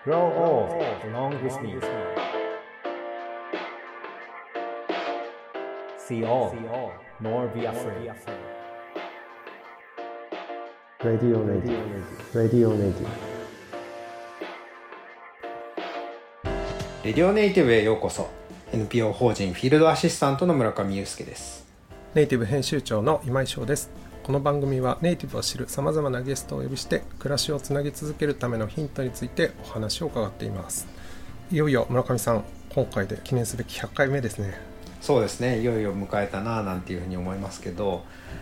Grow old along with me. See all, nor be afraid. Radio Native. Radio Native. レディオネイティブへようこそ。 NPO 法人フィールドアシスタントの村上祐介です。 ネイティブ編集長の今井翔です。この番組はネイティブを知るさまざまなゲストをお呼びして暮らしをつなぎ続けるためのヒントについてお話を伺っています。いよいよ村上さん、今回で記念すべき100回目ですね。 そうですね、いよいよ迎えたななんていうふうに思いますけど、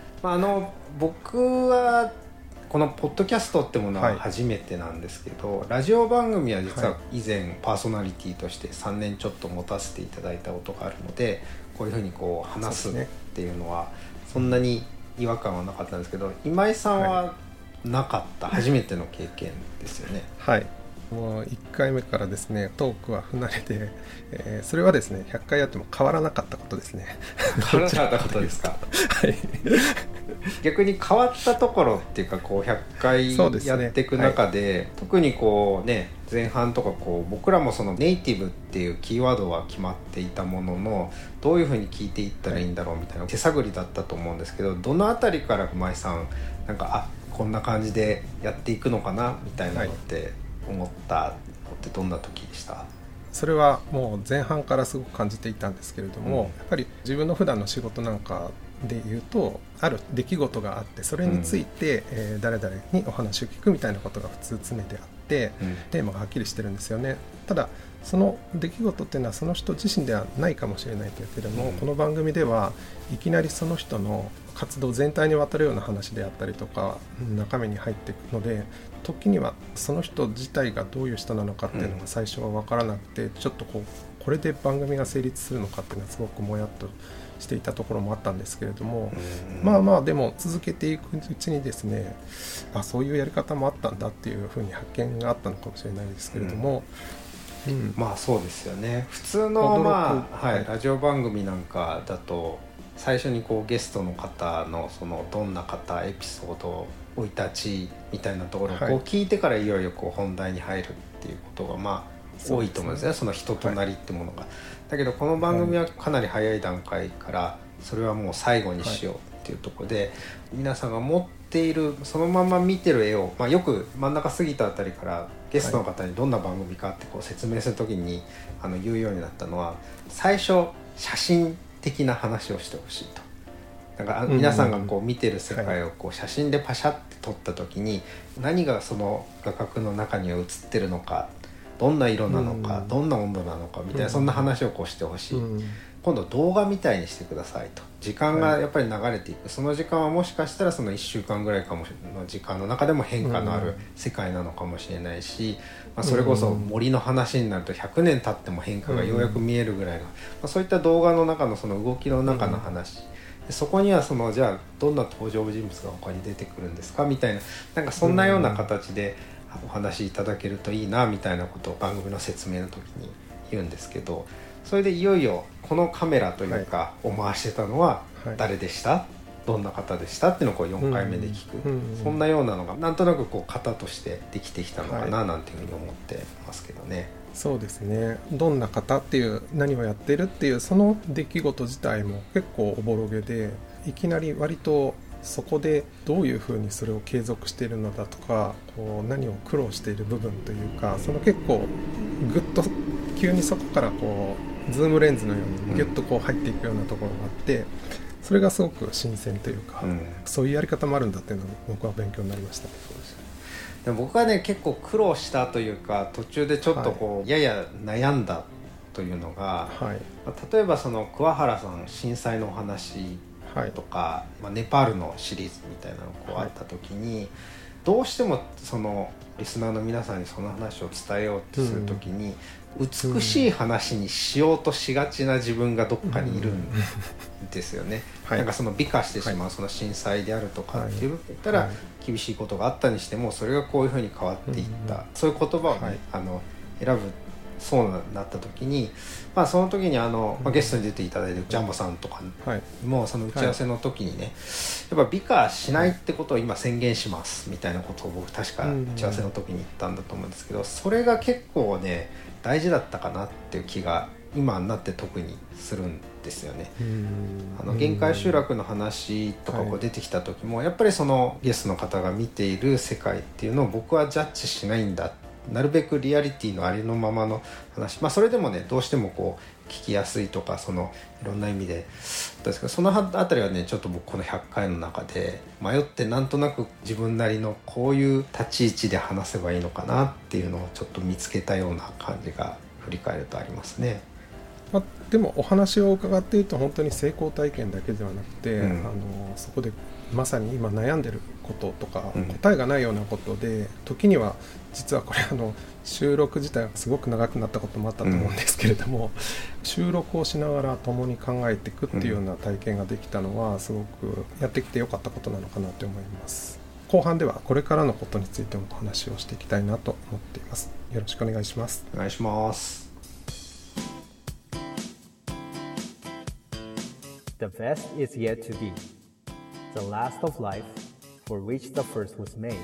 僕はこのポッドキャストってものは初めてなんですけど、ラジオ番組は実は以前パーソナリティとして3年ちょっと持たせていただいたことがあるので、こういうふうにこう話すっていうのはそんなに違和感はなかったんですけど、今井さんはなかった、初めての経験ですよね。 はい、もう1回目からですね、トークは不慣れで、それはですね100回やっても変わらなかったことですね。 変わらなかったことですか。 はい。 逆に変わったところっていうか、こう100回やっていく中で、特にこうね、前半とかこう僕らもそのネイティブっていうキーワードは決まっていたものの、どういうふうに聞いていったらいいんだろうみたいな手探りだったと思うんですけど、どのあたりから今井さんなんかこんな感じでやっていくのかなみたいなのって思ったのってどんな時でした？ それはもう前半からすごく感じていたんですけれども、やっぱり自分の普段の仕事なんかで言うと、ある出来事があって、それについて、誰々にお話を聞くみたいなことが普通常であって、テーマがはっきりしてるんですよね。ただその出来事っていうのはその人自身ではないかもしれないけれども、この番組ではいきなりその人の活動全体にわたるような話であったりとか中身に入っていくので、時にはその人自体がどういう人なのかっていうのが最初は分からなくて、ちょっとこれで番組が成立するのかっていうのはすごくもやっとしていたところもあったんですけれども、でも続けていくうちにですね、そういうやり方もあったんだっていうふうに発見があったのかもしれないですけれども、 まあそうですよね。普通のラジオ番組なんかだと最初にこうゲストの方のそのどんな方、エピソード、生い立ちみたいなところをこう聞いてからいよいよこう本題に入るっていうことが多いと思うんですね。その人となりってものが、だけどこの番組はかなり早い段階からそれはもう最後にしようっていうところで、皆さんが持っているそのまま見てる絵を、よく真ん中過ぎたあたりからゲストの方にどんな番組かってこう説明するときに言うようになったのは、最初写真的な話をしてほしいと。だから皆さんがこう見てる世界をこう写真でパシャって撮った時に、何がその画角の中には映ってるのか、どんな色なのか、どんな温度なのかみたいな、そんな話をこうしてほしい。今度動画みたいにしてくださいと。時間がやっぱり流れていく、その時間はもしかしたらその1週間ぐらいかもの時間の中でも変化のある世界なのかもしれないし、それこそ森の話になると100年経っても変化がようやく見えるぐらいの、そういった動画の中のその動きの中の話、そこにはそのじゃあどんな登場人物が他に出てくるんですかみたいな、なんかそんなような形でお話しいただけるといいなみたいなことを番組の説明の時に言うんですけど、それでいよいよこのカメラというかを回してたのは誰でした、どんな方でしたっていうのをこう4回目で聞く、そんなようなのがなんとなくこう型としてできてきたのかななんていうふうに思ってますけどね。 そうですね、どんな方っていう、何をやってるっていうその出来事自体も結構おぼろげで、いきなり割とそこでどういうふうにそれを継続しているのだとか、こう何を苦労している部分というか、その結構グッと急にそこからこうズームレンズのようにギュッとこう入っていくようなところがあって、それがすごく新鮮というか、そういうやり方もあるんだっていうのが僕は勉強になりました。 そうですね。でも僕はね、結構苦労したというか、途中でちょっとこう、やや悩んだというのが、例えばその桑原さん震災のお話とか、ネパールのシリーズみたいなのがこうあった時に、どうしてもそのリスナーの皆さんにその話を伝えようとする時に、美しい話にしようとしがちな自分がどっかにいるんですよね。なんかその美化してしまう、その震災であるとかっていう言ったら、厳しいことがあったにしてもそれがこういうふうに変わっていった、そういう言葉をね、選ぶそうなった時に、その時にゲストに出ていただいてるジャンボさんとかもその打ち合わせの時にね、やっぱ美化しないってことを今宣言しますみたいなことを僕確か打ち合わせの時に言ったんだと思うんですけど、それが結構ね大事だったかなっていう気が今になって特にするんですよね。限界集落の話とかこう出てきた時も、やっぱりそのゲストの方が見ている世界っていうのを僕はジャッジしないんだ、なるべくリアリティのありのままの話、それでもねどうしてもこう聞きやすいとかそのいろんな意味でですけど、そのあたりはねちょっと僕この100回の中で迷ってなんとなく自分なりのこういう立ち位置で話せばいいのかなっていうのをちょっと見つけたような感じが振り返るとありますね。 でもお話を伺っていると本当に成功体験だけではなくて、そこでまさに今悩んでることとか、答えがないようなことで、時には実はこれ収録自体がすごく長くなったこともあったと思うんですけれども、収録をしながら共に考えていくっていうような体験ができたのはすごくやってきてよかったことなのかなと思います。後半ではこれからのことについてもお話をしていきたいなと思っています。よろしくお願いします。 お願いします。 The best is yet to be, the last of life for which the first was made.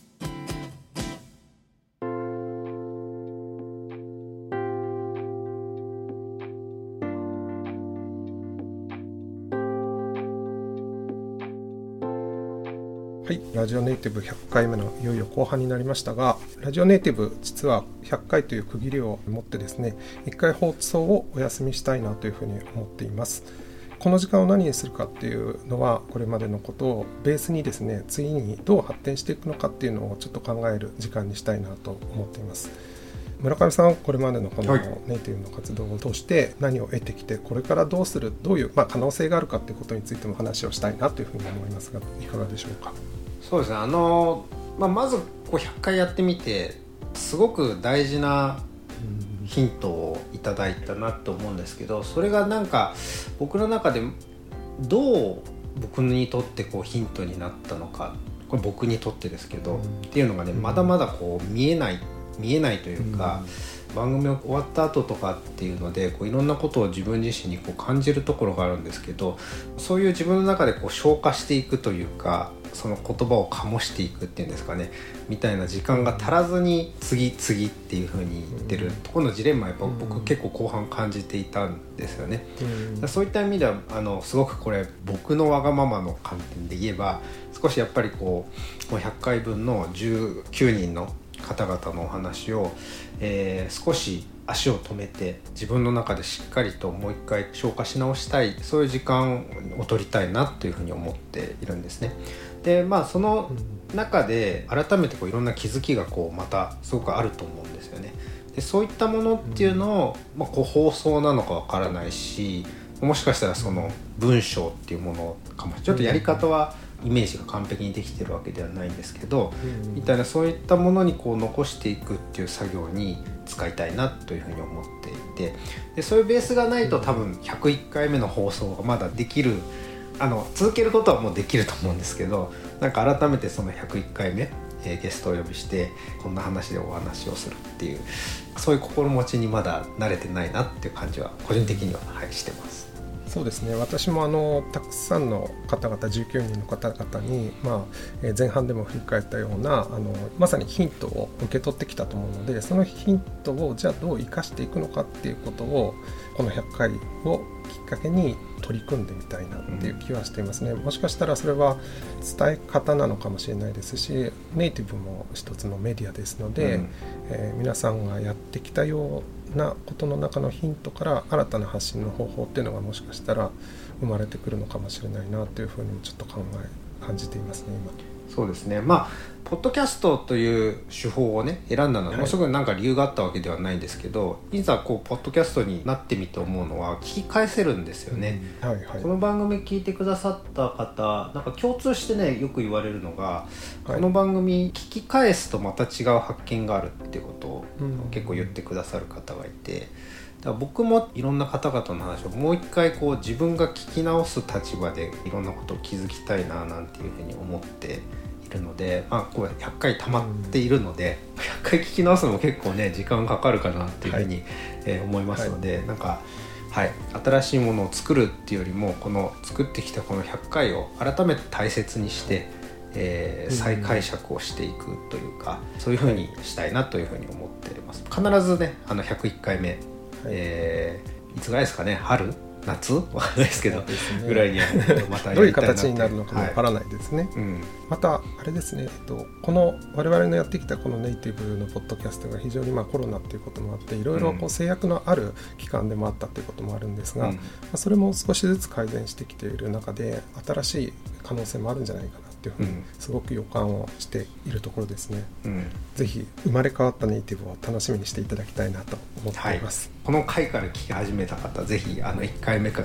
はい、ラジオネイティブ100回目のいよいよ後半になりましたが、ラジオネイティブ実は100回という区切りを持ってですね、1回放送をお休みしたいなというふうに思っています。この時間を何にするかっていうのはこれまでのことをベースにですね、次にどう発展していくのかっていうのをちょっと考える時間にしたいなと思っています。村上さん、これまでのこのネイティブの活動を通して何を得てきて、これからどうする、どういう可能性があるかっていうことについても話をしたいなというふうに思いますが、いかがでしょうか。 そうですね、まずこう100回やってみてすごく大事なヒントをいただいたなと思うんですけど、それがなんか僕の中でどう僕にとってこうヒントになったのか、これ僕にとってですけど、っていうのがねまだまだこう見えないというか、番組終わった後とかっていうのでこういろんなことを自分自身にこう感じるところがあるんですけど、そういう自分の中でこう消化していくというか、その言葉を醸していくっていうんですかね、みたいな時間が足らずに次っていう風に言ってるところのジレンマ、やっぱ僕結構後半感じていたんですよね。そういった意味ではすごくこれ僕のわがままの観点で言えば、少しやっぱりこう100回分の19人の方々のお話を、少し足を止めて自分の中でしっかりともう一回消化し直したい、そういう時間を取りたいなというふうに思っているんですね。でその中で改めてこういろんな気づきがこうまたすごくあると思うんですよね。でそういったものっていうのを、こう放送なのかわからないし、もしかしたらその文章っていうものかも、ちょっとやり方はイメージが完璧にできてるわけではないんですけど、みたいなそういったものにこう残していくっていう作業に使いたいなというふうに思っていて、でそういうベースがないと多分101回目の放送がまだできる、続けることはもうできると思うんですけど、なんか改めてその101回目、ゲストをお呼びしてこんな話でお話をするっていう、そういう心持ちにまだ慣れてないなっていう感じは個人的には、してます。 そうですね、私もたくさんの方々、19人の方々に、前半でも振り返ったようなまさにヒントを受け取ってきたと思うので、そのヒントをじゃあどう生かしていくのかっていうことをこの100回をきっかけに取り組んでみたいなっていう気はしていますね。もしかしたらそれは伝え方なのかもしれないですし、ネイティブも一つのメディアですので、皆さんがやってきたようなことの中のヒントから新たな発信の方法っていうのがもしかしたら生まれてくるのかもしれないなというふうにもちょっと感じていますね、今。 そうですね、ポッドキャストという手法をね選んだのはものすごくなんか理由があったわけではないんですけど、いざこうポッドキャストになってみて思うのは聞き返せるんですよね。この番組聞いてくださった方、なんか共通してねよく言われるのが、この番組聞き返すとまた違う発見があるっていうことを結構言ってくださる方がいて、だから僕もいろんな方々の話をもう一回こう自分が聞き直す立場でいろんなことを気づきたいななんていうふうに思っているので、こう100回溜まっているので、100回聞き直すのも結構ね時間かかるかなっていうふうに、思いますので、なんか新しいものを作るっていうよりもこの作ってきたこの100回を改めて大切にして、再解釈をしていくというか、そういうふうにしたいなというふうに思っています。必ずね101回目、いつぐらいですかね、春夏わかんないですけど、ぐらいにはまたどういう形になるのかもわからないですね、またあれですね、この我々のやってきたこのネイティブのポッドキャストが非常にコロナっていうこともあっていろいろ制約のある期間でもあったということもあるんですが、それも少しずつ改善してきている中で新しい可能性もあるんじゃないかなっていうふうにすごく予感をしているところですね、ぜひ生まれ変わったネイティブを楽しみにしていただきたいなと思っています、 この回から聞き始めた方、ぜひ1回目から、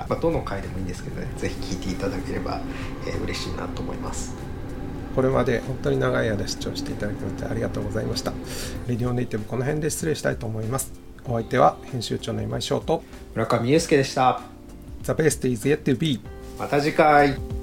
どの回でもいいんですけどね、ぜひ聞いていただければ、嬉しいなと思います。 これまで本当に長い間視聴していただきましてありがとうございました。レディオネイティブこの辺で失礼したいと思います。お相手は編集長の今井翔と村上祐介でした。 The best is yet to be。 また次回。